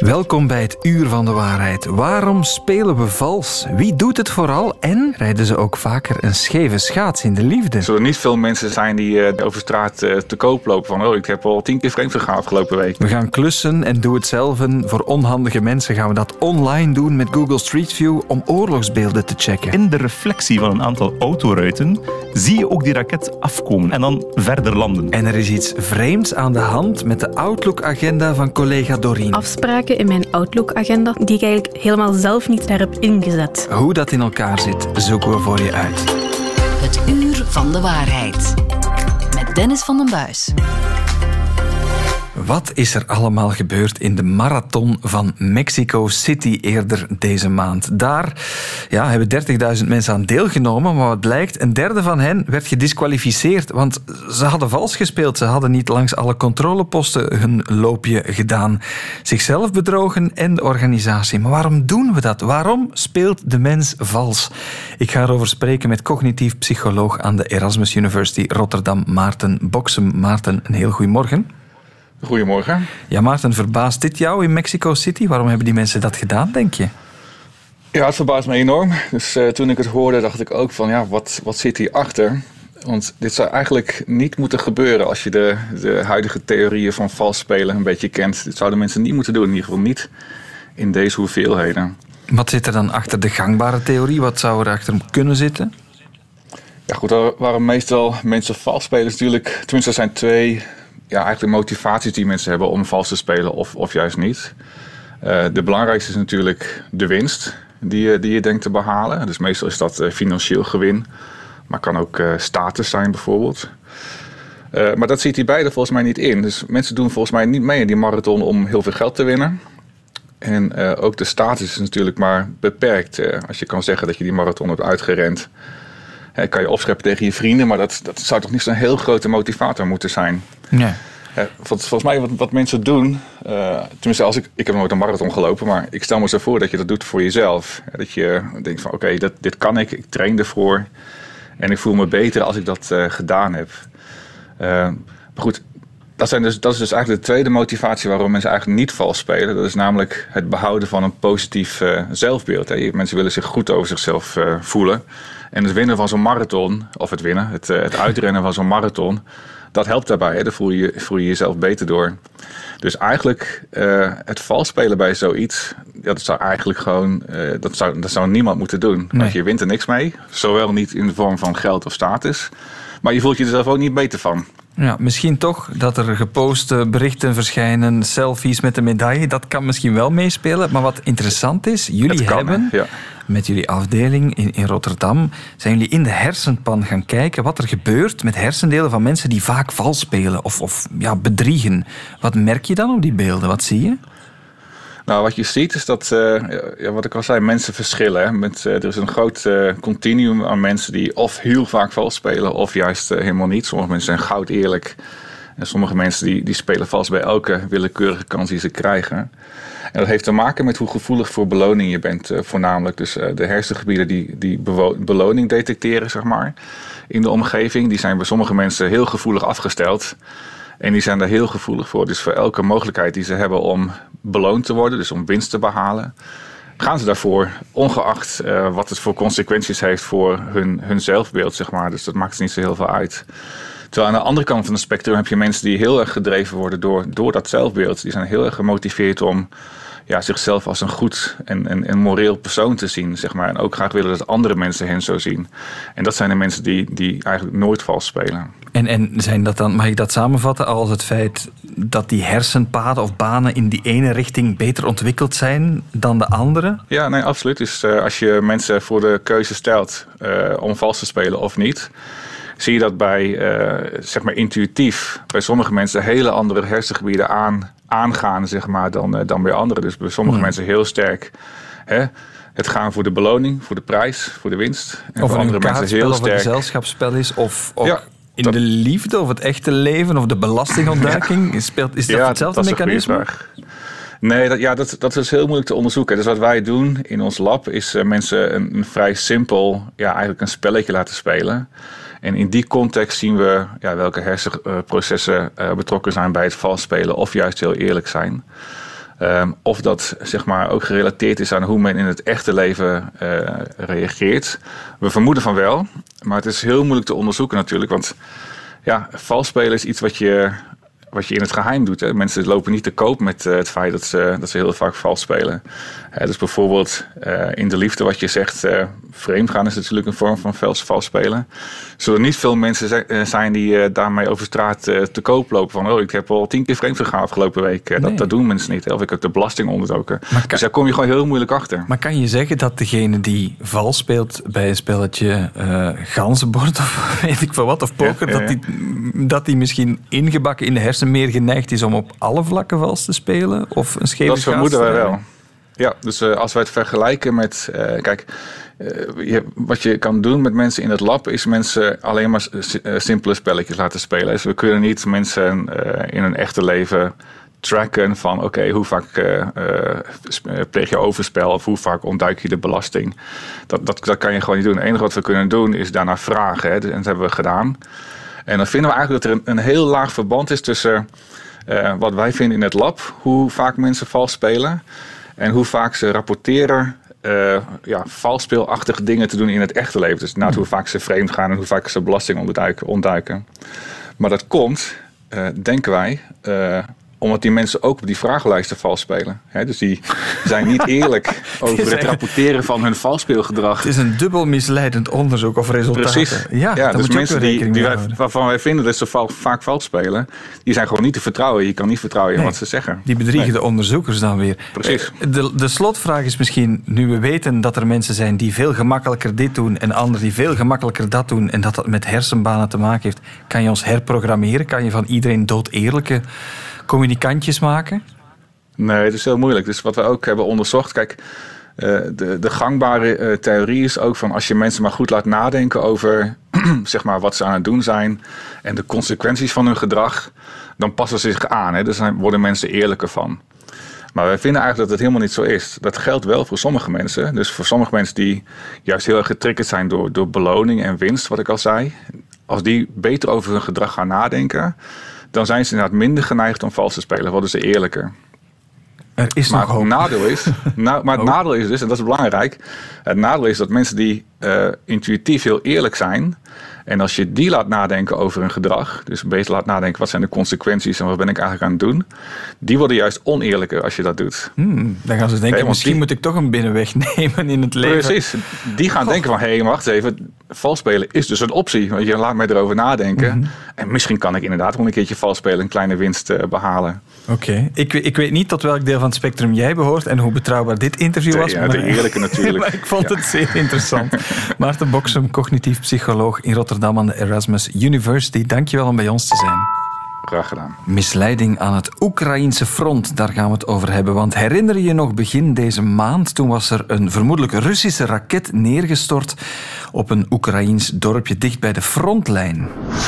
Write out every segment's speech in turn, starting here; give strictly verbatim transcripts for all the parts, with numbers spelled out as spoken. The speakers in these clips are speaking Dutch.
Welkom bij het Uur van de Waarheid. Waarom spelen we vals? Wie doet het vooral? En rijden ze ook vaker een scheve schaats in de liefde? Er zullen niet veel mensen zijn die uh, over straat uh, te koop lopen van oh, ik heb al tien keer vreemd gegaan afgelopen week. We gaan klussen en doe het zelven. Voor onhandige mensen gaan we dat online doen met Google Street View om oorlogsbeelden te checken. In de reflectie van een aantal autoruiten zie je ook die raket afkomen en dan verder landen. En er is iets vreemds aan de hand met de Outlook-agenda van collega Doreen. Afspraken in mijn Outlook-agenda die ik eigenlijk helemaal zelf niet daar heb ingezet. Hoe dat in elkaar zit, zoeken we voor je uit. Het Uur van de Waarheid. Met Dennis van den Buis. Wat is er allemaal gebeurd in de marathon van Mexico City eerder deze maand? Daar ja, hebben dertigduizend mensen aan deelgenomen, maar wat blijkt, een derde van hen werd gedisqualificeerd, want ze hadden vals gespeeld. Ze hadden niet langs alle controleposten hun loopje gedaan. Zichzelf bedrogen en de organisatie. Maar waarom doen we dat? Waarom speelt de mens vals? Ik ga erover spreken met cognitief psycholoog aan de Erasmus University Rotterdam, Maarten Boksem. Maarten, een heel goedemorgen. Goedemorgen. Ja, Maarten, verbaast dit jou in Mexico City? Waarom hebben die mensen dat gedaan, denk je? Ja, het verbaast me enorm. Dus uh, toen ik het hoorde, dacht ik ook van, ja, wat, wat zit hierachter? Want dit zou eigenlijk niet moeten gebeuren als je de, de huidige theorieën van vals spelen een beetje kent. Dit zouden mensen niet moeten doen, in ieder geval niet in deze hoeveelheden. Wat zit er dan achter de gangbare theorie? Wat zou er achter kunnen zitten? Ja goed, waarom meestal mensen vals spelen is natuurlijk, tenminste er zijn twee... Ja, eigenlijk motivaties die mensen hebben om vals te spelen of, of juist niet. Uh, de belangrijkste is natuurlijk de winst die je, die je denkt te behalen. Dus meestal is dat uh, financieel gewin. Maar kan ook uh, status zijn bijvoorbeeld. Uh, maar dat ziet die beide volgens mij niet in. Dus mensen doen volgens mij niet mee in die marathon om heel veel geld te winnen. En uh, ook de status is natuurlijk maar beperkt. Uh, als je kan zeggen dat je die marathon hebt uitgerend. Uh, kan je opscheppen tegen je vrienden. Maar dat, dat zou toch niet zo'n heel grote motivator moeten zijn. Nee. Ja, volgens mij wat, wat mensen doen, uh, tenminste als ik, ik heb nooit een marathon gelopen, maar ik stel me zo voor dat je dat doet voor jezelf. Ja, dat je denkt van oké, okay, dit kan ik, ik train ervoor en ik voel me beter als ik dat uh, gedaan heb. Uh, maar goed, dat, zijn dus, dat is dus eigenlijk de tweede motivatie waarom mensen eigenlijk niet vals spelen. Dat is namelijk het behouden van een positief uh, zelfbeeld. Hè. Mensen willen zich goed over zichzelf uh, voelen. En het winnen van zo'n marathon, of het winnen, het, uh, het uitrennen van zo'n marathon, dat helpt daarbij, hè? Daar voel je, voel je jezelf beter door. Dus eigenlijk uh, het vals spelen bij zoiets, dat zou eigenlijk gewoon, uh, dat, zou, dat zou niemand moeten doen. Nee. Want je wint er niks mee, zowel niet in de vorm van geld of status, maar je voelt je er zelf ook niet beter van. Ja, misschien toch dat er geposte berichten verschijnen, selfies met de medaille, dat kan misschien wel meespelen. Maar wat interessant is, jullie kan, hebben ja. met jullie afdeling in, in Rotterdam, zijn jullie in de hersenpan gaan kijken wat er gebeurt met hersendelen van mensen die vaak vals spelen of, of ja, bedriegen. Wat merk je dan op die beelden? Wat zie je? Nou, wat je ziet is dat, uh, ja, wat ik al zei, mensen verschillen. Hè. Met, uh, er is een groot uh, continuum aan mensen die of heel vaak vals spelen of juist uh, helemaal niet. Sommige mensen zijn goud eerlijk. En sommige mensen die, die spelen vals bij elke willekeurige kans die ze krijgen. En dat heeft te maken met hoe gevoelig voor beloning je bent. Uh, voornamelijk dus uh, de hersengebieden die, die bewo- beloning detecteren, zeg maar, in de omgeving. Die zijn bij sommige mensen heel gevoelig afgesteld. En die zijn daar heel gevoelig voor. Dus voor elke mogelijkheid die ze hebben om beloond te worden, dus om winst te behalen, gaan ze daarvoor, ongeacht uh, wat het voor consequenties heeft voor hun, hun zelfbeeld, zeg maar. Dus dat maakt niet zo heel veel uit. Terwijl aan de andere kant van het spectrum heb je mensen die heel erg gedreven worden door, door dat zelfbeeld. Die zijn heel erg gemotiveerd om ja, zichzelf als een goed en, en, en moreel persoon te zien, zeg maar. En ook graag willen dat andere mensen hen zo zien. En dat zijn de mensen die, die eigenlijk nooit vals spelen. En, en zijn dat dan, mag ik dat samenvatten als het feit dat die hersenpaden of banen in die ene richting beter ontwikkeld zijn dan de andere? Ja, nee, absoluut. Dus uh, als je mensen voor de keuze stelt uh, om vals te spelen of niet, zie je dat bij, uh, zeg maar intuïtief, bij sommige mensen hele andere hersengebieden aan, aangaan, zeg maar, dan, uh, dan bij anderen. Dus bij sommige hmm. mensen heel sterk, hè, het gaan voor de beloning, voor de prijs, voor de winst. En of voor andere mensen heel of sterk. Of een gezelschapsspel is, of ook ja, in dat, de liefde, of het echte leven, of de belastingontduiking. Ja. Speelt, is dat ja, hetzelfde dat mechanisme? Nee, dat, ja, dat, dat is heel moeilijk te onderzoeken. Dus wat wij doen in ons lab is uh, mensen een, een vrij simpel, ja, eigenlijk een spelletje laten spelen. En in die context zien we ja, welke hersenprocessen uh, betrokken zijn bij het vals spelen of juist heel eerlijk zijn. Um, of dat zeg maar, ook gerelateerd is aan hoe men in het echte leven uh, reageert. We vermoeden van wel, maar het is heel moeilijk te onderzoeken natuurlijk. Want ja, vals spelen is iets wat je, wat je in het geheim doet. Hè. Mensen lopen niet te koop met uh, het feit dat ze, dat ze heel vaak vals spelen. Uh, dus bijvoorbeeld uh, in de liefde wat je zegt, uh, vreemdgaan is natuurlijk een vorm van vals, vals spelen. Er zullen niet veel mensen zijn die uh, daarmee over straat uh, te koop lopen. Van, oh, ik heb al tien keer vreemd gegaan afgelopen week. Uh, nee. dat, dat doen mensen niet. Hè. Of ik heb de belasting onderdoken. Kan, dus daar kom je gewoon heel moeilijk achter. Maar kan je zeggen dat degene die vals speelt bij een spelletje uh, ganzenbord of weet ik veel wat, of poker, ja, ja, ja. dat die, dat die misschien ingebakken in de hersenen meer geneigd is om op alle vlakken vals te spelen? Of een scheve Dat vermoeden wij wel. Ja, dus uh, als wij het vergelijken met... Uh, kijk, uh, je, wat je kan doen met mensen in het lab is mensen alleen maar uh, simpele spelletjes laten spelen. Dus we kunnen niet mensen uh, in hun echte leven tracken van oké, okay, hoe vaak uh, uh, pleeg je overspel of hoe vaak ontduik je de belasting. Dat, dat, dat kan je gewoon niet doen. Het enige wat we kunnen doen is daarna vragen. Hè, en dat hebben we gedaan. En dan vinden we eigenlijk dat er een, een heel laag verband is tussen uh, wat wij vinden in het lab, hoe vaak mensen vals spelen en hoe vaak ze rapporteren uh, ja, valsspeelachtige dingen te doen in het echte leven. Dus nou, hoe vaak ze vreemd gaan en hoe vaak ze belasting ontduiken. ontduiken. Maar dat komt, uh, denken wij, uh, omdat die mensen ook op die vragenlijsten vals spelen. He, dus die zijn niet eerlijk over het rapporteren van hun valsspeelgedrag. Het is een dubbel misleidend onderzoek of resultaten. Precies. Ja, ja, dus mensen die, die wij, waarvan wij vinden dat ze val, vaak vals spelen, die zijn gewoon niet te vertrouwen. Je kan niet vertrouwen in nee, wat ze zeggen. Die bedriegen nee. de onderzoekers dan weer. Precies. De, de slotvraag is misschien, nu we weten dat er mensen zijn die veel gemakkelijker dit doen en anderen die veel gemakkelijker dat doen en dat dat met hersenbanen te maken heeft, kan je ons herprogrammeren? Kan je van iedereen doodeerlijke communicantjes maken? Nee, het is heel moeilijk. Dus wat we ook hebben onderzocht, kijk, uh, de, de gangbare uh, theorie is ook van als je mensen maar goed laat nadenken over zeg maar wat ze aan het doen zijn en de consequenties van hun gedrag, dan passen ze zich aan. Hè? Dus dan worden mensen eerlijker van. Maar wij vinden eigenlijk dat het helemaal niet zo is. Dat geldt wel voor sommige mensen. Dus voor sommige mensen die juist heel erg getriggerd zijn door, door beloning en winst, wat ik al zei. Als die beter over hun gedrag gaan nadenken, dan zijn ze inderdaad minder geneigd om vals te spelen. Worden ze eerlijker. Er is maar nog hoop. Het nadeel is, nou, maar het oh. nadeel is dus, en dat is belangrijk, het nadeel is dat mensen die uh, intuïtief heel eerlijk zijn, en als je die laat nadenken over hun gedrag, dus beter laat nadenken wat zijn de consequenties en wat ben ik eigenlijk aan het doen, die worden juist oneerlijker als je dat doet. Hmm, dan gaan ze denken, hey, misschien die, moet ik toch een binnenweg nemen in het leven. Precies, die gaan oh. denken van, hé, hey, wacht even, vals spelen is dus een optie. Want je laat mij erover nadenken. Mm-hmm. En misschien kan ik inderdaad gewoon een keertje vals spelen, een kleine winst uh, behalen. Oké, okay. ik, ik weet niet tot welk deel van het spectrum jij behoort en hoe betrouwbaar dit interview was. De, ja, de eerlijke natuurlijk. Maar ik vond ja. het zeer interessant. Maarten Boksem, cognitief psycholoog in Rotterdam aan de Erasmus University. Dankjewel om bij ons te zijn. Graag gedaan. Misleiding aan het Oekraïense front, daar gaan we het over hebben. Want herinner je je nog begin deze maand? Toen was er een vermoedelijk Russische raket neergestort op een Oekraïens dorpje dicht bij de frontlijn.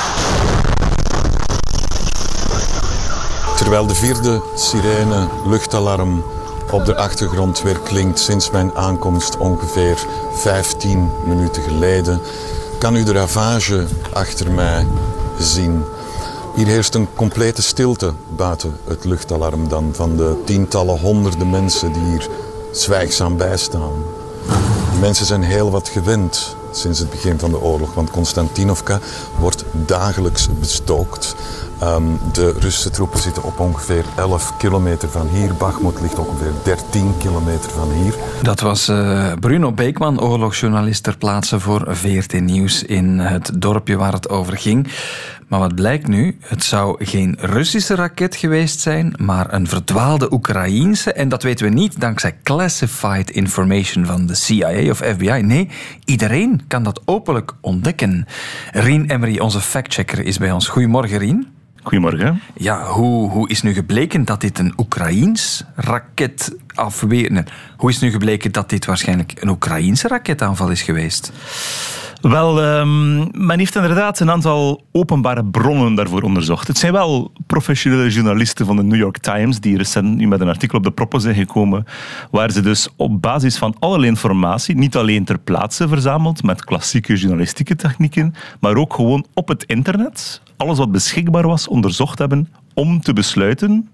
Terwijl de vierde sirene luchtalarm op de achtergrond weer klinkt sinds mijn aankomst ongeveer vijftien minuten geleden, kan u de ravage achter mij zien. Hier heerst een complete stilte buiten het luchtalarm dan van de tientallen, honderden mensen die hier zwijgzaam bijstaan. De mensen zijn heel wat gewend sinds het begin van de oorlog, want Konstantinovka wordt dagelijks bestookt. Um, de Russische troepen zitten op ongeveer elf kilometer van hier. Bakhmut ligt ongeveer dertien kilometer van hier. Dat was uh, Bruno Beekman, oorlogsjournalist ter plaatse voor V R T Nieuws in het dorpje waar het over ging. Maar wat blijkt nu? Het zou geen Russische raket geweest zijn, maar een verdwaalde Oekraïense. En dat weten we niet dankzij classified information van de C I A of F B I. Nee, iedereen kan dat openlijk ontdekken. Rien Emery, onze factchecker, is bij ons. Goedemorgen, Rien. Goedemorgen. Ja, hoe, hoe is nu gebleken dat dit een Oekraïens raketafweer... Nee, hoe is nu gebleken dat dit waarschijnlijk een Oekraïense raketaanval is geweest? Wel, um, men heeft inderdaad een aantal openbare bronnen daarvoor onderzocht. Het zijn wel professionele journalisten van de New York Times die recent nu met een artikel op de proppen zijn gekomen, waar ze dus op basis van allerlei informatie, niet alleen ter plaatse verzameld met klassieke journalistieke technieken, maar ook gewoon op het internet, alles wat beschikbaar was, onderzocht hebben om te besluiten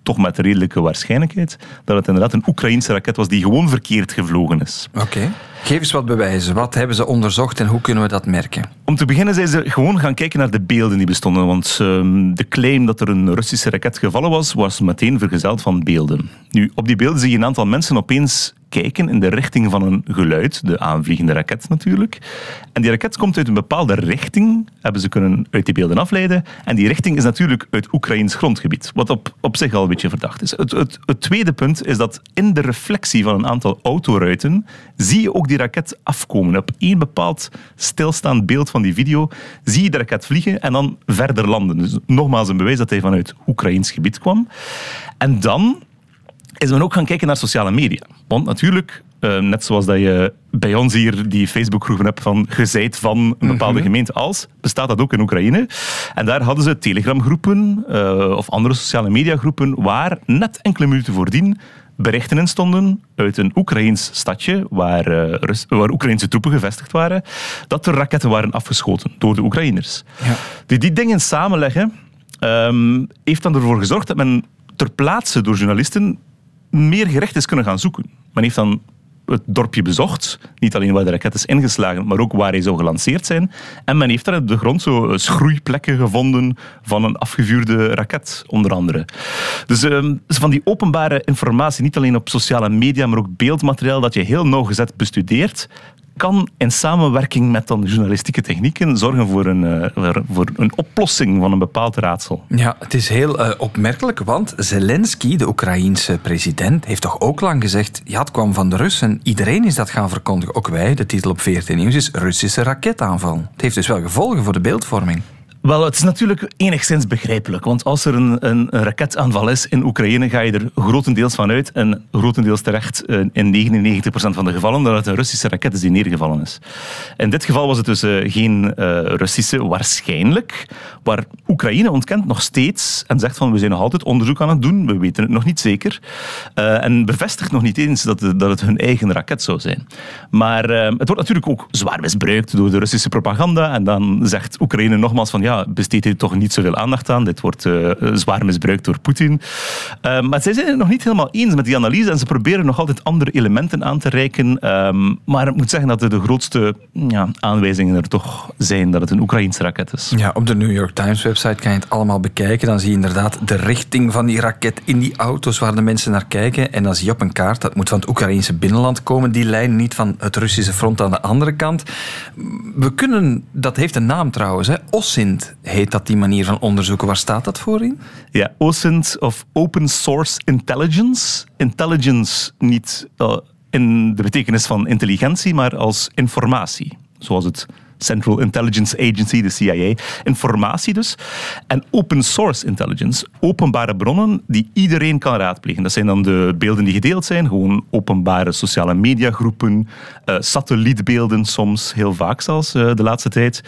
toch met redelijke waarschijnlijkheid, dat het inderdaad een Oekraïense raket was die gewoon verkeerd gevlogen is. Oké. Okay. Geef eens wat bewijzen. Wat hebben ze onderzocht en hoe kunnen we dat merken? Om te beginnen zijn ze gewoon gaan kijken naar de beelden die bestonden. Want um, de claim dat er een Russische raket gevallen was, was meteen vergezeld van beelden. Nu, op die beelden zie je een aantal mensen opeens kijken in de richting van een geluid, de aanvliegende raket natuurlijk. En die raket komt uit een bepaalde richting, hebben ze kunnen uit die beelden afleiden. En die richting is natuurlijk uit Oekraïns grondgebied, wat op, op zich al een beetje verdacht is. Het, het, het tweede punt is dat in de reflectie van een aantal autoruiten zie je ook die raket afkomen. Op één bepaald stilstaand beeld van die video zie je de raket vliegen en dan verder landen. Dus nogmaals een bewijs dat hij vanuit Oekraïns gebied kwam. En dan is men ook gaan kijken naar sociale media. Want natuurlijk, uh, net zoals dat je bij ons hier die Facebookgroepen hebt van gezeid van een bepaalde mm-hmm. gemeente als, bestaat dat ook in Oekraïne. En daar hadden ze telegramgroepen uh, of andere sociale mediagroepen waar net enkele minuten voordien berichten in stonden uit een Oekraïns stadje waar, uh, Rus- waar Oekraïnse troepen gevestigd waren, dat er raketten waren afgeschoten door de Oekraïners. Ja. Die, die dingen samenleggen um, heeft dan ervoor gezorgd dat men ter plaatse door journalisten meer gericht is kunnen gaan zoeken. Men heeft dan het dorpje bezocht, niet alleen waar de raket is ingeslagen, maar ook waar hij zou gelanceerd zijn. En men heeft daar op de grond zo schroeiplekken gevonden van een afgevuurde raket, onder andere. Dus uh, van die openbare informatie, niet alleen op sociale media, maar ook beeldmateriaal dat je heel nauwgezet bestudeert, kan in samenwerking met dan journalistieke technieken zorgen voor een, uh, voor een oplossing van een bepaald raadsel. Ja, het is heel uh, opmerkelijk, want Zelensky, de Oekraïense president, heeft toch ook lang gezegd, ja, het kwam van de Russen. Iedereen is dat gaan verkondigen. Ook wij, de titel op V R T Nieuws is Russische raketaanval. Het heeft dus wel gevolgen voor de beeldvorming. Wel, het is natuurlijk enigszins begrijpelijk, want als er een, een, een raketaanval is in Oekraïne, ga je er grotendeels van uit, en grotendeels terecht in negenennegentig procent van de gevallen, dat het een Russische raket is die neergevallen is. In dit geval was het dus uh, geen uh, Russische, waarschijnlijk, waar Oekraïne ontkent nog steeds en zegt van we zijn nog altijd onderzoek aan het doen, we weten het nog niet zeker, uh, en bevestigt nog niet eens dat, dat het hun eigen raket zou zijn. Maar uh, het wordt natuurlijk ook zwaar misbruikt door de Russische propaganda, en dan zegt Oekraïne nogmaals van ja, besteed hier toch niet zoveel aandacht aan. Dit wordt uh, zwaar misbruikt door Poetin. Uh, maar zij zijn het nog niet helemaal eens met die analyse en ze proberen nog altijd andere elementen aan te reiken. Um, maar ik moet zeggen dat de, de grootste ja, aanwijzingen er toch zijn dat het een Oekraïense raket is. Ja, op de New York Times website kan je het allemaal bekijken. Dan zie je inderdaad de richting van die raket in die auto's waar de mensen naar kijken. En dan zie je op een kaart, dat moet van het Oekraïense binnenland komen. Die lijn niet van het Russische front aan de andere kant. We kunnen, dat heeft een naam trouwens, hè, OSINT. Heet dat die manier van onderzoeken? Waar staat dat voor in? Ja, OSINT of Open Source Intelligence. Intelligence niet uh, in de betekenis van intelligentie, maar als informatie. Zoals het Central Intelligence Agency, de C I A. Informatie dus. En open source intelligence. Openbare bronnen die iedereen kan raadplegen. Dat zijn dan de beelden die gedeeld zijn. Gewoon openbare sociale mediagroepen. Uh, satellietbeelden soms. Heel vaak zelfs uh, de laatste tijd.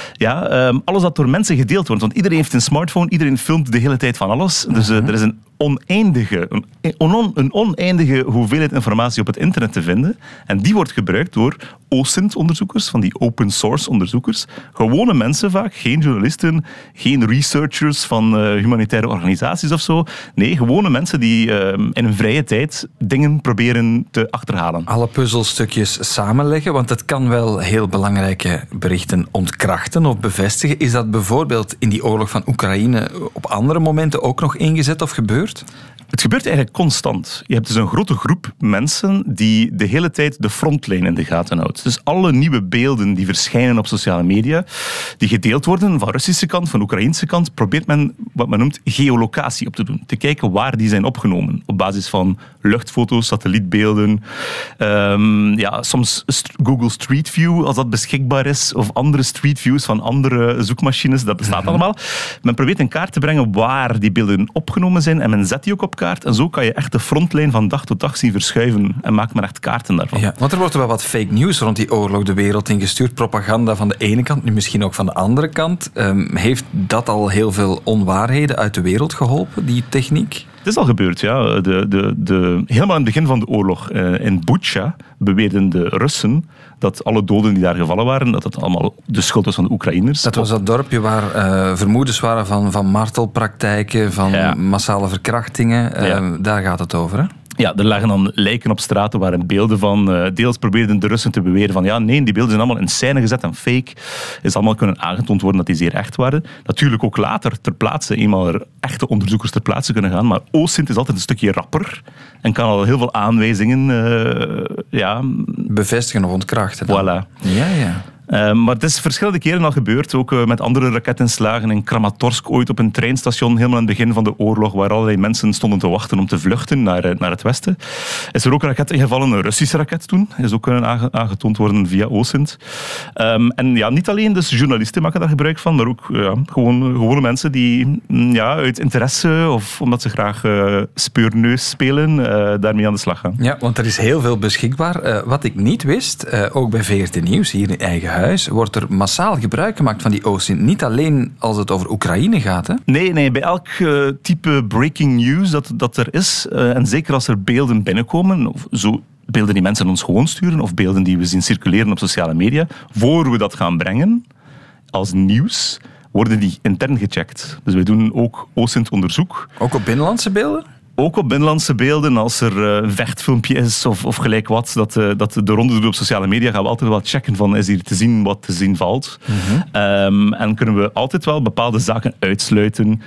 Ja, um, alles dat door mensen gedeeld wordt. Want iedereen heeft een smartphone. Iedereen filmt de hele tijd van alles. Dus uh, er is een oneindige, een, on, een oneindige hoeveelheid informatie op het internet te vinden. En die wordt gebruikt door OSINT-onderzoekers, van die open source onderzoekers. Gewone mensen vaak, geen journalisten, geen researchers van uh, humanitaire organisaties of zo. Nee, gewone mensen die uh, in hun vrije tijd dingen proberen te achterhalen. Alle puzzelstukjes samenleggen, want het kan wel heel belangrijke berichten ontkrachten of bevestigen. Is dat bijvoorbeeld in die oorlog van Oekraïne op andere momenten ook nog ingezet of gebeurd? Het gebeurt eigenlijk constant. Je hebt dus een grote groep mensen die de hele tijd de frontlijn in de gaten houdt. Dus alle nieuwe beelden die verschijnen op sociale media, die gedeeld worden van Russische kant, van Oekraïnse kant, probeert men wat men noemt geolocatie op te doen. Te kijken waar die zijn opgenomen. Op basis van luchtfoto's, satellietbeelden, um, ja, soms Google Street View, als dat beschikbaar is, of andere Street Views van andere zoekmachines, dat bestaat mm-hmm. allemaal. Men probeert in kaart te brengen waar die beelden opgenomen zijn en men zet die ook op kaart. En zo kan je echt de frontlijn van dag tot dag zien verschuiven en maakt men echt kaarten daarvan. Ja, want er wordt wel wat fake news rond die oorlog de wereld ingestuurd. Propaganda van de ene kant, nu misschien ook van de andere kant. Um, heeft dat al heel veel onwaarheden uit de wereld geholpen, die techniek? Het is al gebeurd, ja. De, de, de, helemaal aan het begin van de oorlog uh, in Bucha beweerden de Russen dat alle doden die daar gevallen waren, dat het allemaal de schuld was van de Oekraïners. Dat was dat dorpje waar uh, vermoedens waren van, van martelpraktijken, van ja. massale verkrachtingen. Uh, ja. Daar gaat het over, hè? Ja, er lagen dan lijken op straat, er waren beelden van. Uh, deels probeerden de Russen te beweren van ja, nee, die beelden zijn allemaal in scène gezet en fake. Is allemaal kunnen aangetoond worden dat die zeer echt waren. Natuurlijk ook later ter plaatse, eenmaal er echte onderzoekers ter plaatse kunnen gaan. Maar OSINT is altijd een stukje rapper en kan al heel veel aanwijzingen uh, ja, bevestigen of ontkrachten. Dan. Voilà. Ja, ja. Uh, maar het is verschillende keren al gebeurd, ook uh, met andere raketinslagen in Kramatorsk, ooit op een treinstation, helemaal aan het begin van de oorlog, waar allerlei mensen stonden te wachten om te vluchten naar, uh, naar het westen. Is er ook een raket ingevallen, een Russische raket toen, is ook kunnen aange- aangetoond worden via OSINT. Um, en ja, niet alleen dus journalisten maken daar gebruik van, maar ook uh, gewoon gewone mensen die mm, ja, uit interesse of omdat ze graag uh, speurneus spelen, uh, daarmee aan de slag gaan. Ja, want er is heel veel beschikbaar. Uh, wat ik niet wist, uh, ook bij V R T Nieuws, hier in eigen huis, wordt er massaal gebruik gemaakt van die OSINT. Niet alleen als het over Oekraïne gaat, hè? Nee, nee, bij elk uh, type breaking news dat, dat er is, uh, en zeker als er beelden binnenkomen, of zo beelden die mensen ons gewoon sturen, of beelden die we zien circuleren op sociale media, voor we dat gaan brengen als nieuws, worden die intern gecheckt. Dus wij doen ook OSINT-onderzoek. Ook op binnenlandse beelden? Ook op binnenlandse beelden, als er een vechtfilmpje is of, of gelijk wat, dat, uh, dat de ronde doet op sociale media, gaan we altijd wel checken van, is hier te zien wat te zien valt. Mm-hmm. Um, en kunnen we altijd wel bepaalde zaken uitsluiten,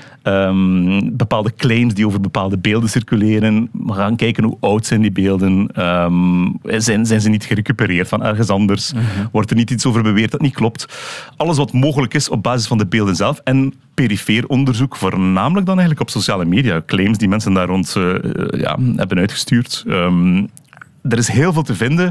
um, bepaalde claims die over bepaalde beelden circuleren. We gaan kijken hoe oud zijn die beelden, um, zijn, zijn ze niet gerecupereerd van ergens anders, mm-hmm. wordt er niet iets over beweerd dat niet klopt. Alles wat mogelijk is op basis van de beelden zelf en perifeer onderzoek, voornamelijk dan eigenlijk op sociale media, claims die mensen daar rond uh, ja, hebben uitgestuurd. Um, er is heel veel te vinden.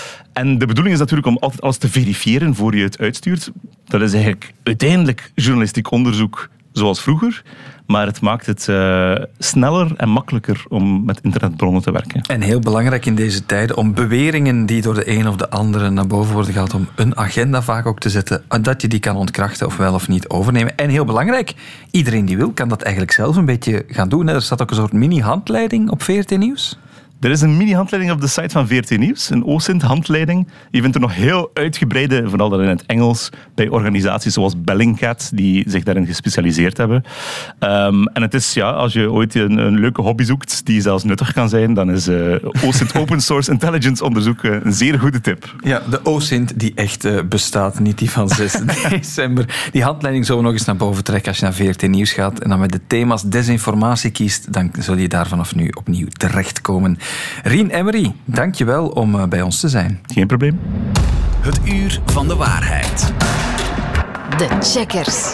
En de bedoeling is natuurlijk om altijd alles te verifiëren voor je het uitstuurt. Dat is eigenlijk uiteindelijk journalistiek onderzoek zoals vroeger, maar het maakt het uh, sneller en makkelijker om met internetbronnen te werken. En heel belangrijk in deze tijden om beweringen die door de een of de andere naar boven worden gehaald, om een agenda vaak ook te zetten, dat je die kan ontkrachten of wel of niet overnemen. En heel belangrijk, iedereen die wil kan dat eigenlijk zelf een beetje gaan doen. Er staat ook een soort mini-handleiding op V R T Nieuws. Er is een mini-handleiding op de site van V R T Nieuws, een OSINT-handleiding. Je vindt er nog heel uitgebreide, vooral dan in het Engels, bij organisaties zoals Bellingcat, die zich daarin gespecialiseerd hebben. Um, en het is, ja, als je ooit een, een leuke hobby zoekt, die zelfs nuttig kan zijn, dan is uh, OSINT Open Source Intelligence onderzoek uh, een zeer goede tip. Ja, de OSINT die echt uh, bestaat, niet die van zes december. Die handleiding zullen we nog eens naar boven trekken als je naar V R T Nieuws gaat en dan met de thema's desinformatie kiest, dan zul je daar vanaf nu opnieuw terechtkomen. Rien Emery, dank je wel om bij ons te zijn. Geen probleem. Het uur van de waarheid. De checkers.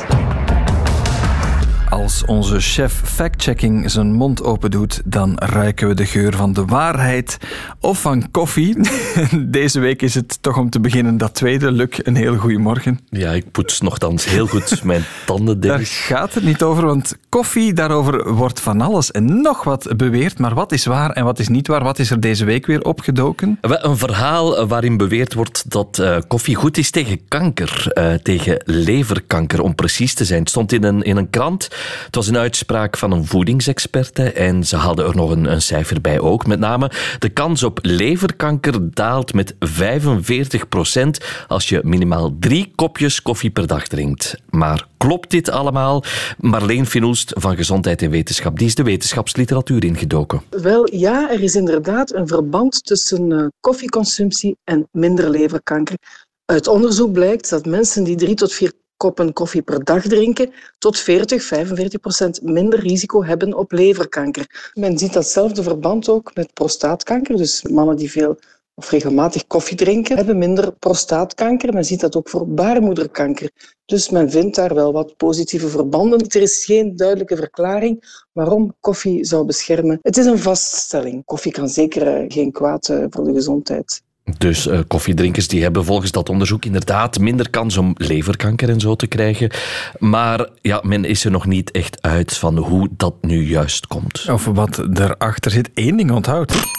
Als onze chef fact-checking zijn mond open doet, dan ruiken we de geur van de waarheid of van koffie. Deze week is het toch om te beginnen dat tweede. Luc, een heel goede morgen. Ja, ik poets nogthans heel goed mijn tanden. Daar gaat het niet over, want koffie, daarover wordt van alles en nog wat beweerd. Maar wat is waar en wat is niet waar? Wat is er deze week weer opgedoken? Een verhaal waarin beweerd wordt dat uh, koffie goed is tegen kanker. Uh, tegen leverkanker, om precies te zijn. Het stond in een, in een krant. Het was een uitspraak van een voedingsexperte en ze hadden er nog een, een cijfer bij ook. Met name de kans op leverkanker daalt met vijfenveertig procent als je minimaal drie kopjes koffie per dag drinkt. Maar klopt dit allemaal? Marleen Finoest van Gezondheid en Wetenschap, die is de wetenschapsliteratuur ingedoken. Wel ja, er is inderdaad een verband tussen uh, koffieconsumptie en minder leverkanker. Uit onderzoek blijkt dat mensen die drie tot vier koppen koffie per dag drinken, tot veertig, vijfenveertig procent minder risico hebben op leverkanker. Men ziet datzelfde verband ook met prostaatkanker. Dus mannen die veel of regelmatig koffie drinken, hebben minder prostaatkanker. Men ziet dat ook voor baarmoederkanker. Dus men vindt daar wel wat positieve verbanden. Er is geen duidelijke verklaring waarom koffie zou beschermen. Het is een vaststelling. Koffie kan zeker geen kwaad voor de gezondheid. Dus uh, koffiedrinkers die hebben volgens dat onderzoek inderdaad minder kans om leverkanker en zo te krijgen. Maar ja, men is er nog niet echt uit van hoe dat nu juist komt. Of wat erachter zit. Eén ding onthoudt.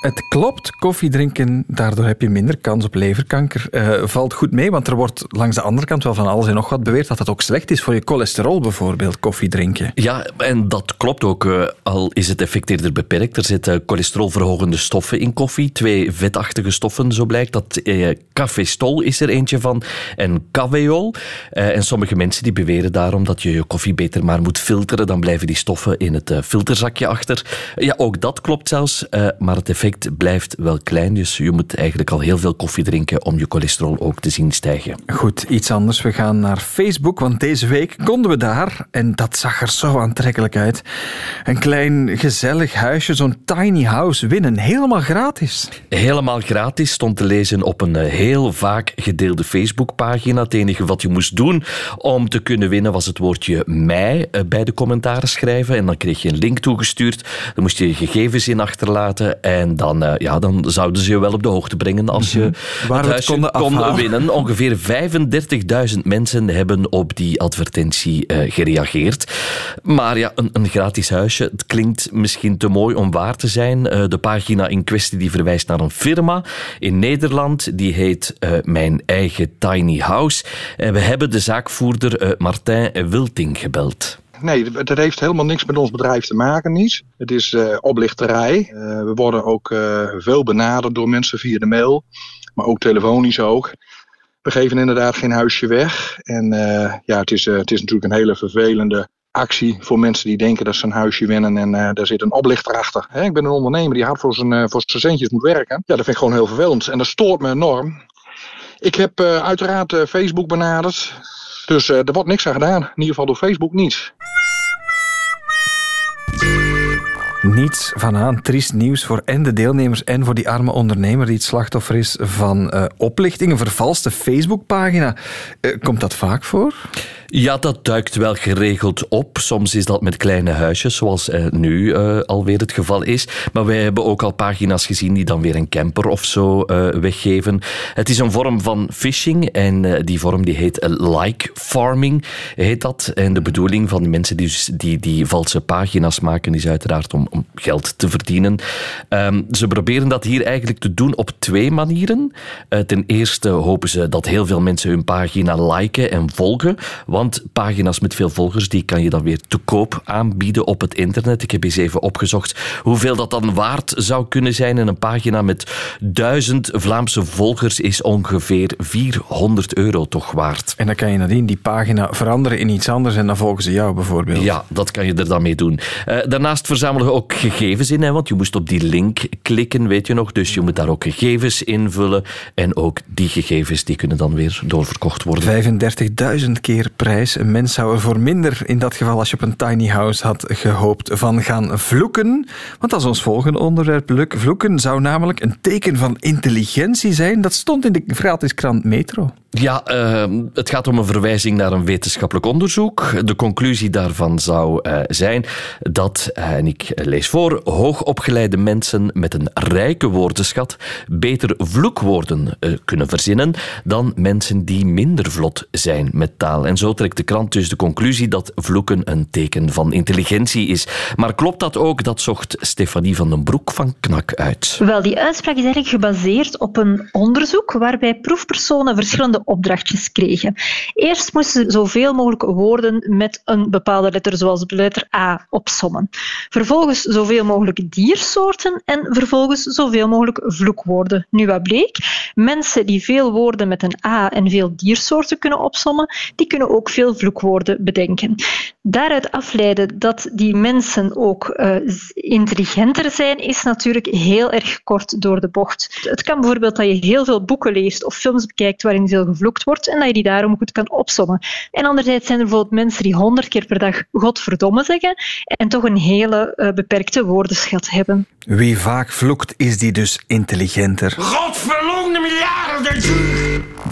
Het klopt, koffie drinken, daardoor heb je minder kans op leverkanker. Uh, valt goed mee, want er wordt langs de andere kant wel van alles en nog wat beweerd dat het ook slecht is voor je cholesterol bijvoorbeeld, koffie drinken. Ja, en dat klopt ook, uh, al is het effect eerder beperkt. Er zitten cholesterolverhogende stoffen in koffie, twee vetachtige stoffen, zo blijkt. Dat uh, cafestol is er eentje van en caveol. Uh, en sommige mensen die beweren daarom dat je je koffie beter maar moet filteren, dan blijven die stoffen in het uh, filterzakje achter. Ja, ook dat klopt zelfs, uh, maar het effect blijft wel klein, dus je moet eigenlijk al heel veel koffie drinken om je cholesterol ook te zien stijgen. Goed, iets anders. We gaan naar Facebook, want deze week konden we daar, en dat zag er zo aantrekkelijk uit, een klein gezellig huisje, zo'n tiny house, winnen. Helemaal gratis. Helemaal gratis stond te lezen op een heel vaak gedeelde Facebookpagina. Het enige wat je moest doen om te kunnen winnen was het woordje mij bij de commentaren schrijven en dan kreeg je een link toegestuurd. Dan moest je je gegevens in achterlaten en dan, uh, ja, dan zouden ze je wel op de hoogte brengen als je Waar het huisje konden kon winnen. Ongeveer vijfendertigduizend mensen hebben op die advertentie uh, gereageerd. Maar ja, een, een gratis huisje, het klinkt misschien te mooi om waar te zijn. Uh, de pagina in kwestie die verwijst naar een firma in Nederland. Die heet uh, Mijn Eigen Tiny House. En we hebben de zaakvoerder uh, Martijn Wilting gebeld. Nee, dat heeft helemaal niks met ons bedrijf te maken, niet. Het is uh, oplichterij. Uh, we worden ook uh, veel benaderd door mensen via de mail, maar ook telefonisch ook. We geven inderdaad geen huisje weg. En uh, ja, het is, uh, het is natuurlijk een hele vervelende actie voor mensen die denken dat ze een huisje winnen en uh, daar zit een oplichter achter. Hè, ik ben een ondernemer die hard voor zijn, uh, voor zijn centjes moet werken. Ja, dat vind ik gewoon heel vervelend en dat stoort me enorm. Ik heb uh, uiteraard uh, Facebook benaderd. Dus uh, er wordt niks aan gedaan. In ieder geval door Facebook niets. Niets van aan. Triest nieuws voor en de deelnemers en voor die arme ondernemer die het slachtoffer is van uh, oplichting. Een vervalste Facebookpagina. Uh, komt dat vaak voor? Ja, dat duikt wel geregeld op. Soms is dat met kleine huisjes, zoals uh, nu uh, alweer het geval is. Maar wij hebben ook al pagina's gezien die dan weer een camper of zo uh, weggeven. Het is een vorm van phishing en uh, die vorm die heet uh, like farming, heet dat. En de bedoeling van de mensen die die, die valse pagina's maken is uiteraard om, om geld te verdienen. Um, ze proberen dat hier eigenlijk te doen op twee manieren. Uh, ten eerste hopen ze dat heel veel mensen hun pagina liken en volgen. Want pagina's met veel volgers, die kan je dan weer te koop aanbieden op het internet. Ik heb eens even opgezocht hoeveel dat dan waard zou kunnen zijn. En een pagina met duizend Vlaamse volgers is ongeveer vierhonderd euro toch waard. En dan kan je nadien die pagina veranderen in iets anders en dan volgen ze jou bijvoorbeeld. Ja, dat kan je er dan mee doen. Uh, daarnaast verzamelen we ook gegevens in, hè, want je moest op die link klikken, weet je nog. Dus je moet daar ook gegevens invullen. En ook die gegevens die kunnen dan weer doorverkocht worden. vijfendertigduizend keer prijs. Een mens zou er voor minder, in dat geval als je op een tiny house had gehoopt, van gaan vloeken. Want dat is ons volgende onderwerp. Vloeken zou namelijk een teken van intelligentie zijn. Dat stond in de gratis krant Metro. Ja, uh, het gaat om een verwijzing naar een wetenschappelijk onderzoek. De conclusie daarvan zou uh, zijn dat, uh, en ik lees voor, hoogopgeleide mensen met een rijke woordenschat beter vloekwoorden uh, kunnen verzinnen dan mensen die minder vlot zijn met taal. En zo trekt de krant dus de conclusie dat vloeken een teken van intelligentie is. Maar klopt dat ook? Dat zocht Stefanie van den Broek van Knak uit. Wel, die uitspraak is eigenlijk gebaseerd op een onderzoek waarbij proefpersonen verschillende opdrachtjes kregen. Eerst moesten ze zoveel mogelijk woorden met een bepaalde letter, zoals de letter A, opsommen. Vervolgens zoveel mogelijk diersoorten en vervolgens zoveel mogelijk vloekwoorden. Nu, wat bleek? Mensen die veel woorden met een A en veel diersoorten kunnen opsommen, die kunnen ook veel vloekwoorden bedenken. Daaruit afleiden dat die mensen ook uh, intelligenter zijn, is natuurlijk heel erg kort door de bocht. Het kan bijvoorbeeld dat je heel veel boeken leest of films bekijkt waarin veel gevloekt wordt en dat je die daarom goed kan opsommen. En anderzijds zijn er bijvoorbeeld mensen die honderd keer per dag godverdomme zeggen en toch een hele uh, beperkte woordenschat hebben. Wie vaak vloekt, is die dus intelligenter. Godverdomme miljarden!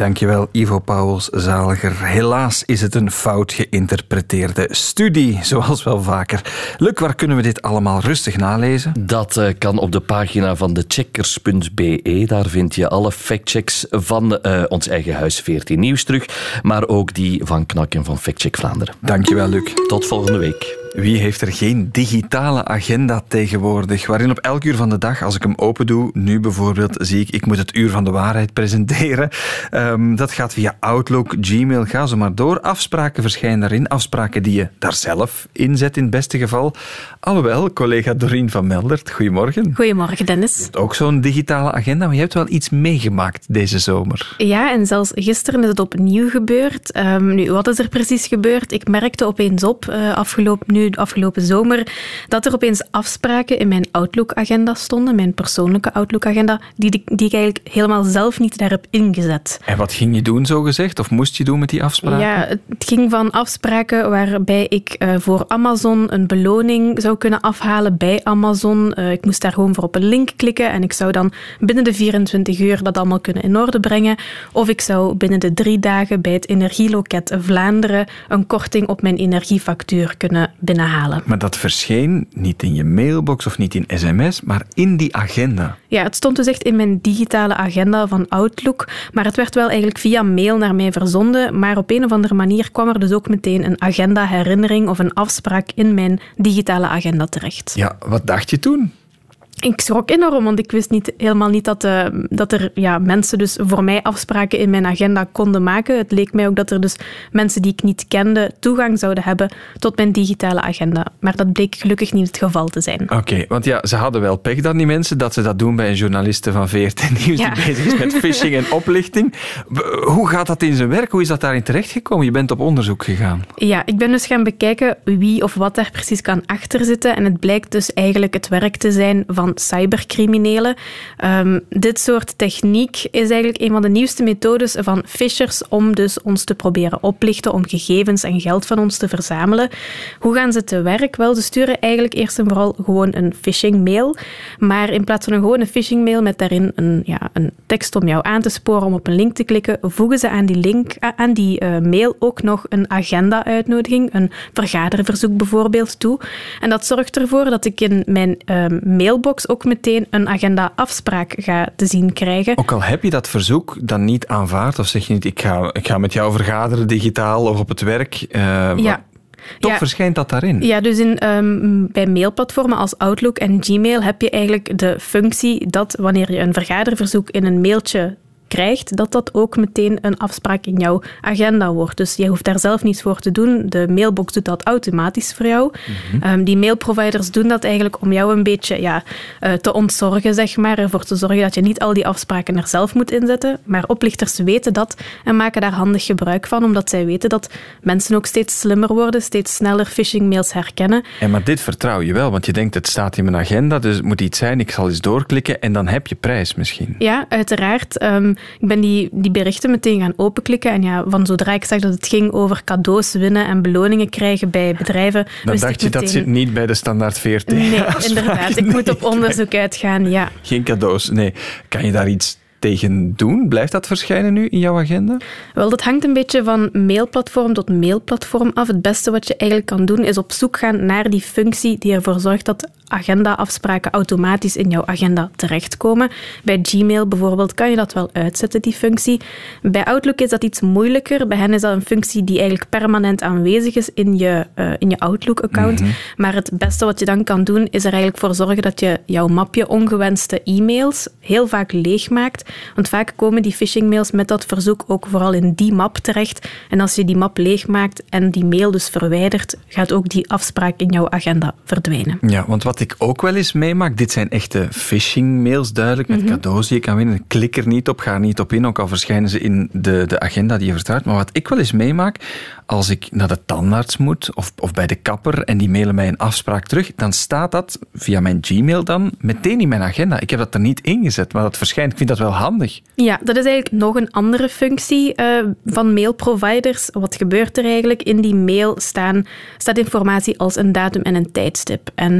Dankjewel, Ivo Pauwels-Zaliger. Helaas is het een fout geïnterpreteerde studie, zoals wel vaker. Luc, waar kunnen we dit allemaal rustig nalezen? Dat uh, kan op de pagina van de checkers punt b e. Daar vind je alle factchecks van uh, ons eigen huis veertien Nieuws terug, maar ook die van Knak en van Factcheck Vlaanderen. Dankjewel, Luc. Tot volgende week. Wie heeft er geen digitale agenda tegenwoordig, waarin op elk uur van de dag, als ik hem open doe, nu bijvoorbeeld, zie ik, ik moet het uur van de waarheid presenteren. Um, dat gaat via Outlook, Gmail, ga zo maar door. Afspraken verschijnen daarin, afspraken die je daar zelf inzet in het beste geval. Alhoewel, collega Doreen van Meldert, goedemorgen. Goedemorgen, Dennis. Je hebt ook zo'n digitale agenda, maar je hebt wel iets meegemaakt deze zomer. Ja, en zelfs gisteren is het opnieuw gebeurd. Um, nu, wat is er precies gebeurd? Ik merkte opeens op, uh, afgelopen nu de afgelopen zomer, dat er opeens afspraken in mijn Outlook-agenda stonden, mijn persoonlijke Outlook-agenda, die, die, die ik eigenlijk helemaal zelf niet daar heb ingezet. En wat ging je doen, zo gezegd? Of moest je doen met die afspraken? Ja, het ging van afspraken waarbij ik uh, voor Amazon een beloning zou kunnen afhalen bij Amazon. Uh, ik moest daar gewoon voor op een link klikken en ik zou dan binnen de vierentwintig uur dat allemaal kunnen in orde brengen. Of ik zou binnen de drie dagen bij het Energieloket Vlaanderen een korting op mijn energiefactuur kunnen binnenhalen. Maar dat verscheen niet in je mailbox of niet in sms, maar in die agenda. Ja, het stond dus echt in mijn digitale agenda van Outlook, maar het werd wel eigenlijk via mail naar mij verzonden, maar op een of andere manier kwam er dus ook meteen een agenda-herinnering of een afspraak in mijn digitale agenda terecht. Ja, wat dacht je toen? Ik schrok enorm, want ik wist niet, helemaal niet dat, uh, dat er ja, mensen dus voor mij afspraken in mijn agenda konden maken. Het leek mij ook dat er dus mensen die ik niet kende toegang zouden hebben tot mijn digitale agenda. Maar dat bleek gelukkig niet het geval te zijn. Oké, okay, want ja, ze hadden wel pech dan, die mensen, dat ze dat doen bij een journaliste van veertien Nieuws ja. die bezig is met phishing en oplichting. Hoe gaat dat in zijn werk? Hoe is dat daarin terechtgekomen? Je bent op onderzoek gegaan. Ja, ik ben dus gaan bekijken wie of wat daar precies kan achterzitten. En het blijkt dus eigenlijk het werk te zijn van cybercriminelen. Um, dit soort techniek is eigenlijk een van de nieuwste methodes van phishers om dus ons te proberen oplichten, om gegevens en geld van ons te verzamelen. Hoe gaan ze te werk? Wel, ze sturen eigenlijk eerst en vooral gewoon een phishing-mail, maar in plaats van een gewone phishing-mail met daarin een, ja, een tekst om jou aan te sporen om op een link te klikken, voegen ze aan die, link, aan die uh, mail ook nog een agenda-uitnodiging, een vergaderverzoek bijvoorbeeld toe. En dat zorgt ervoor dat ik in mijn uh, mailbox ook meteen een agenda-afspraak ga te zien krijgen. Ook al heb je dat verzoek dan niet aanvaard, of zeg je niet, ik ga, ik ga met jou vergaderen digitaal of op het werk. Uh, ja. Toch ja. verschijnt dat daarin? Ja, dus in, um, bij mailplatformen als Outlook en Gmail heb je eigenlijk de functie dat wanneer je een vergaderverzoek in een mailtje krijgt, dat dat ook meteen een afspraak in jouw agenda wordt. Dus je hoeft daar zelf niets voor te doen. De mailbox doet dat automatisch voor jou. Mm-hmm. Um, die mailproviders doen dat eigenlijk om jou een beetje ja, uh, te ontzorgen, zeg maar. Ervoor te zorgen dat je niet al die afspraken er zelf moet inzetten. Maar oplichters weten dat en maken daar handig gebruik van, omdat zij weten dat mensen ook steeds slimmer worden, steeds sneller phishing-mails herkennen. Ja, maar dit vertrouw je wel, want je denkt, het staat in mijn agenda, dus het moet iets zijn, ik zal eens doorklikken en dan heb je prijs misschien. Ja, uiteraard. Um, Ik ben die, die berichten meteen gaan openklikken. En ja, van zodra ik zag dat het ging over cadeaus winnen en beloningen krijgen bij bedrijven... Dan dacht je, meteen... dat zit niet bij de standaard veertien. Nee, inderdaad. Ik moet op onderzoek uitgaan, ja. Geen cadeaus, nee. Kan je daar iets tegen doen? Blijft dat verschijnen nu in jouw agenda? Wel, dat hangt een beetje van mailplatform tot mailplatform af. Het beste wat je eigenlijk kan doen, is op zoek gaan naar die functie die ervoor zorgt dat agenda-afspraken automatisch in jouw agenda terechtkomen. Bij Gmail bijvoorbeeld kan je dat wel uitzetten, die functie. Bij Outlook is dat iets moeilijker. Bij hen is dat een functie die eigenlijk permanent aanwezig is in je, uh, in je Outlook-account. Mm-hmm. Maar het beste wat je dan kan doen, is er eigenlijk voor zorgen dat je jouw mapje ongewenste e-mails heel vaak leegmaakt. Want vaak komen die phishing-mails met dat verzoek ook vooral in die map terecht. En als je die map leegmaakt en die mail dus verwijdert, gaat ook die afspraak in jouw agenda verdwijnen. Ja, want wat ik ook wel eens meemaak, dit zijn echte phishing-mails, duidelijk, met mm-hmm. cadeaus die je kan winnen. Klik er niet op, ga er niet op in, ook al verschijnen ze in de, de agenda die je vertrouwt. Maar wat ik wel eens meemaak, als ik naar de tandarts moet of, of bij de kapper en die mailen mij een afspraak terug, dan staat dat via mijn Gmail dan meteen in mijn agenda. Ik heb dat er niet ingezet, maar dat verschijnt. Ik vind dat wel handig. Ja, dat is eigenlijk nog een andere functie uh, van mailproviders. Wat gebeurt er eigenlijk? In die mail staan, staat informatie als een datum en een tijdstip. En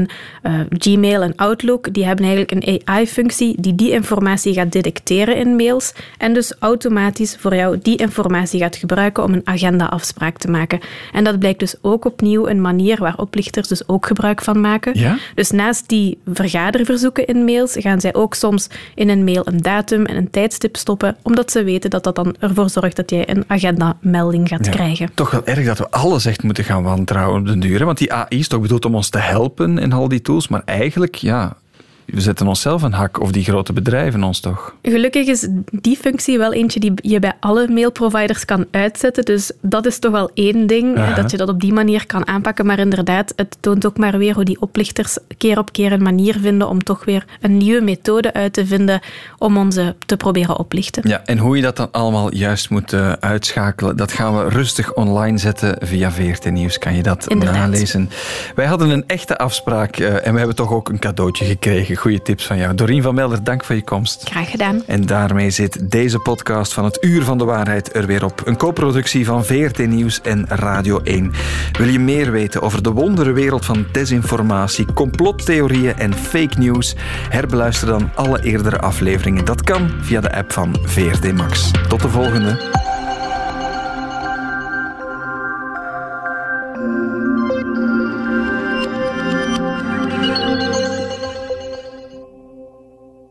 Uh, Gmail en Outlook, die hebben eigenlijk een A I-functie die die informatie gaat detecteren in mails en dus automatisch voor jou die informatie gaat gebruiken om een agenda-afspraak te maken. En dat blijkt dus ook opnieuw een manier waar oplichters dus ook gebruik van maken. Ja? Dus naast die vergaderverzoeken in mails gaan zij ook soms in een mail een datum en een tijdstip stoppen, omdat ze weten dat dat dan ervoor zorgt dat jij een agenda-melding gaat ja, krijgen. Toch wel erg dat we alles echt moeten gaan wantrouwen op den duur. Hè? Want die A I is toch bedoeld om ons te helpen in al die tools, maar eigenlijk, ja, we zetten onszelf een hak, of die grote bedrijven ons toch? Gelukkig is die functie wel eentje die je bij alle mailproviders kan uitzetten. Dus dat is toch wel één ding, uh-huh. dat je dat op die manier kan aanpakken. Maar inderdaad, het toont ook maar weer hoe die oplichters keer op keer een manier vinden om toch weer een nieuwe methode uit te vinden om ons te proberen oplichten. Ja, en hoe je dat dan allemaal juist moet uh, uitschakelen, dat gaan we rustig online zetten via V R T Nieuws. Kan je dat inderdaad nalezen. Wij hadden een echte afspraak uh, en we hebben toch ook een cadeautje gekregen. Goeie tips van jou. Dorien van Melder, dank voor je komst. Graag gedaan. En daarmee zit deze podcast van het Uur van de Waarheid er weer op. Een co-productie van V R T Nieuws en Radio één. Wil je meer weten over de wonderenwereld van desinformatie, complottheorieën en fake news? Herbeluister dan alle eerdere afleveringen. Dat kan via de app van V R T Max. Tot de volgende.